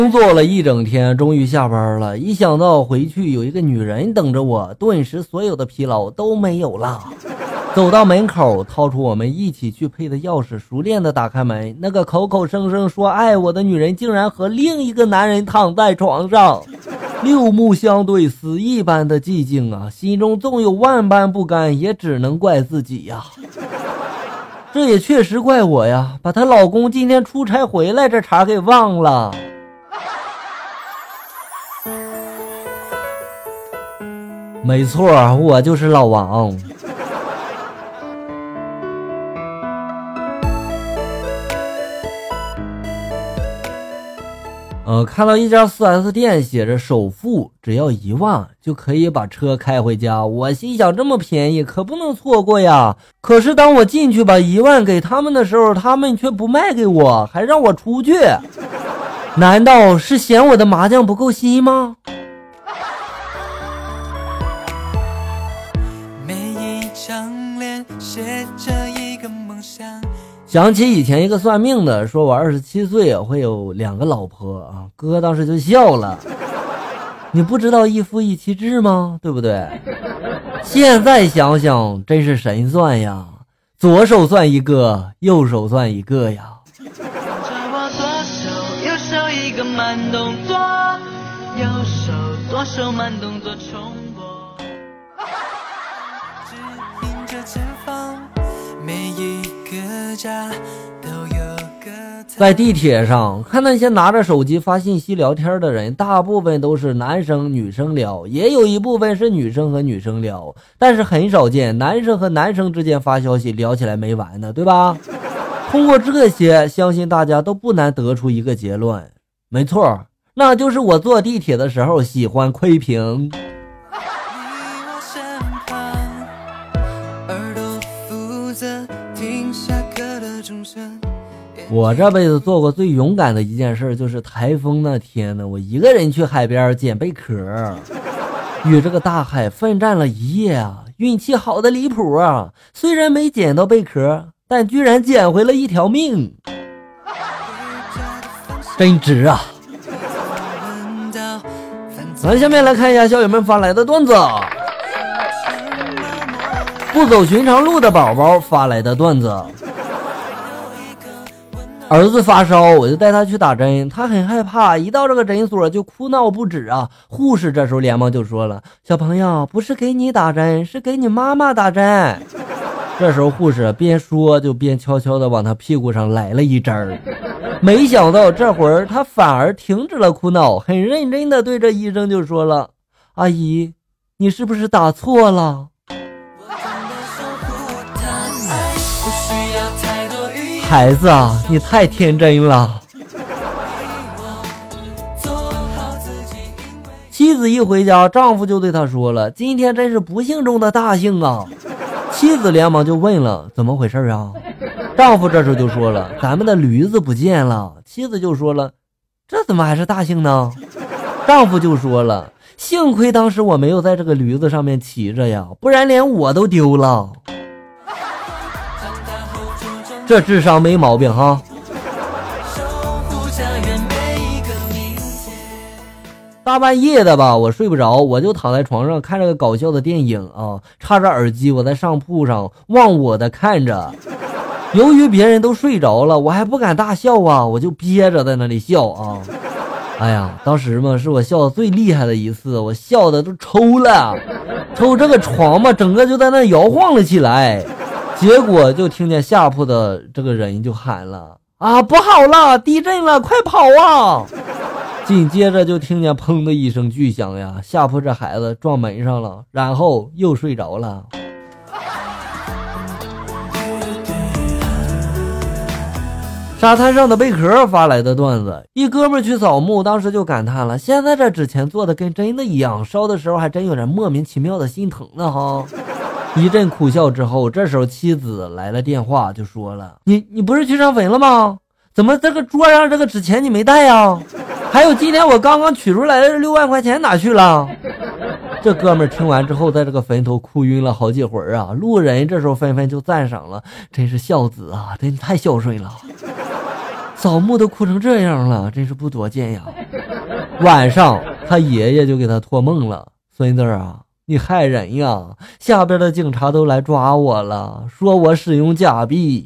工作了一整天，终于下班了，一想到回去有一个女人等着我，顿时所有的疲劳都没有了。走到门口，掏出我们一起去配的钥匙，熟练的打开门，那个口口声声说爱我的女人竟然和另一个男人躺在床上。六目相对，死一般的寂静啊，心中纵有万般不甘，也只能怪自己呀。这也确实怪我呀，把她老公今天出差回来这茬给忘了。没错，我就是老王。看到一家 4S 店写着首付只要1万就可以把车开回家，我心想这么便宜可不能错过呀。可是当我进去把1万给他们的时候，他们却不卖给我，还让我出去。难道是嫌我的麻将不够新吗？每一张脸写着一个梦想。想起以前一个算命的说我27岁会有2个老婆啊，哥当时就笑了。你不知道一夫一妻制吗？对不对？现在想想真是神算呀，左手算一个，右手算一个呀。右手一个慢动作，右手左手慢动作重播，指引着前方，每一个家都有个。在地铁上看那些拿着手机发信息聊天的人，大部分都是男生女生聊，也有一部分是女生和女生聊，但是很少见男生和男生之间发消息聊起来没完的，对吧？通过这些，相信大家都不难得出一个结论，没错，那就是我坐地铁的时候喜欢窥屏。我这辈子做过最勇敢的一件事，就是台风那天呢，我一个人去海边捡贝壳，与这个大海奋战了一夜啊，运气好的离谱啊！虽然没捡到贝壳，但居然捡回了一条命，真值啊！咱下面来看一下校友们发来的段子。不走寻常路的宝宝发来的段子。儿子发烧，我就带他去打针，他很害怕，一到这个诊所就哭闹不止啊。护士这时候连忙就说了，小朋友，不是给你打针，是给你妈妈打针。这时候护士边说就边悄悄地往他屁股上来了一针，没想到这会儿他反而停止了哭闹，很认真地对着医生就说了，阿姨，你是不是打错了？孩子啊，你太天真了。妻子一回家，丈夫就对她说了，今天真是不幸中的大幸啊。妻子连忙就问了，怎么回事啊？丈夫这时候就说了，咱们的驴子不见了。妻子就说了，这怎么还是大幸呢？丈夫就说了，幸亏当时我没有在这个驴子上面骑着呀，不然连我都丢了。这智商没毛病哈。大半夜的吧，我睡不着，我就躺在床上看着个搞笑的电影啊，插着耳机，我在上铺上忘我的看着。由于别人都睡着了，我还不敢大笑啊，我就憋着在那里笑啊。哎呀，当时嘛是我笑的最厉害的一次，我笑的都抽了，抽这个床嘛整个就在那摇晃了起来。结果就听见下铺的这个人就喊了，啊，不好了，地震了，快跑啊！紧接着就听见砰的一声巨响呀，下铺这孩子撞门上了，然后又睡着了。沙滩上的贝壳发来的段子，一哥们去扫墓，当时就感叹了，现在这纸钱做的跟真的一样，烧的时候还真有点莫名其妙的心疼呢哈。一阵苦笑之后，这时候妻子来了电话，就说了，你不是去上坟了吗？怎么这个桌上这个纸钱你没带呀？还有今天我刚刚取出来的6万块钱哪去了？这哥们听完之后，在这个坟头哭晕了好几会儿啊。路人这时候纷纷就赞赏了，真是孝子啊，真太孝顺了。 扫墓都哭成这样了，真是不多见呀。晚上他爷爷就给他托梦了，孙子啊，你害人呀，下边的警察都来抓我了，说我使用假币。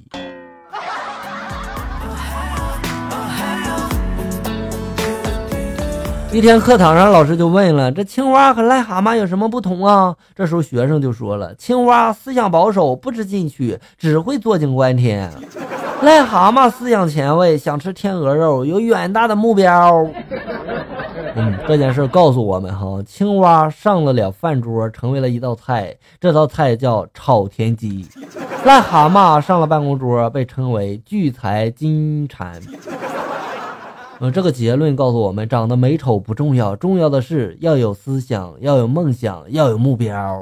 一天课堂上，老师就问了，这青蛙和癞蛤蟆有什么不同啊？这时候学生就说了，青蛙思想保守，不知进取，只会坐井观天；癞蛤蟆思想前卫，想吃天鹅肉，有远大的目标。这件事告诉我们哈，青蛙上了了饭桌，成为了一道菜，这道菜叫炒田鸡；癞蛤蟆上了办公桌，被称为聚财金蝉。这个结论告诉我们，长得美丑不重要，重要的是要有思想，要有梦想，要有目标。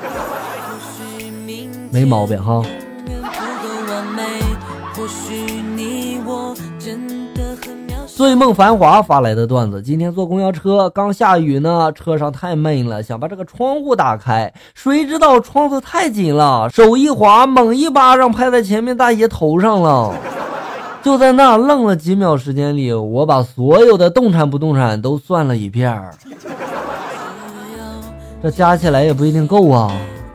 没毛病哈。醉梦繁华发来的段子，今天坐公交车，刚下雨呢，车上太闷了，想把这个窗户打开，谁知道窗子太紧了，手一滑，猛一巴掌拍在前面大爷头上了。就在那愣了几秒时间里，我把所有的动产不动产都算了一遍，这加起来也不一定够啊。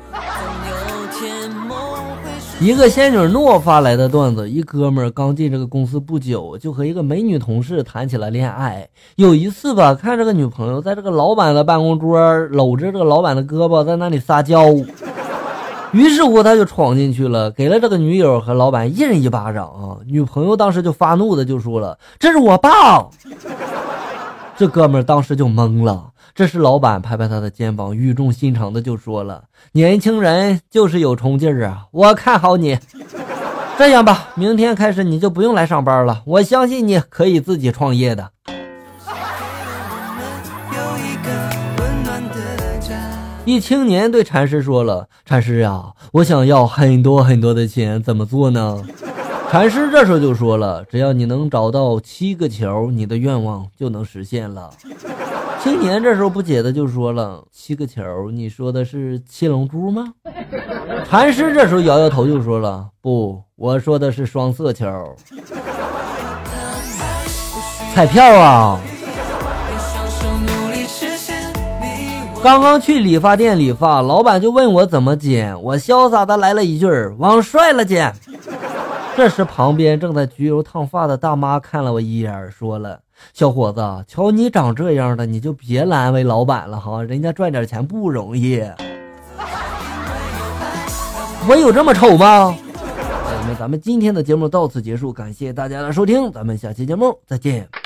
一个仙女诺发来的段子，一哥们儿刚进这个公司不久，就和一个美女同事谈起了恋爱。有一次吧，看这个女朋友在这个老板的办公桌搂着这个老板的胳膊在那里撒娇，于是乎他就闯进去了，给了这个女友和老板一人一巴掌啊！女朋友当时就发怒的就说了，这是我爸。这哥们儿当时就懵了，这时老板拍拍他的肩膀，语重心长的就说了，年轻人就是有冲劲儿啊，我看好你。这样吧，明天开始你就不用来上班了，我相信你可以自己创业的。一青年对禅师说了，禅师啊，我想要很多很多的钱，怎么做呢？禅师这时候就说了，只要你能找到7个球，你的愿望就能实现了。青年这时候不解的就说了，7个球，你说的是7龙珠吗？禅师这时候摇摇头就说了，不，我说的是双色球。彩票啊！刚刚去理发店理发，老板就问我怎么剪，我潇洒的来了一句，往帅了剪。这时旁边正在焗油烫发的大妈看了我一眼，说了，小伙子，瞧你长这样的，你就别难为老板了哈，人家赚点钱不容易。我有这么丑吗？那咱们今天的节目到此结束，感谢大家的收听，咱们下期节目再见。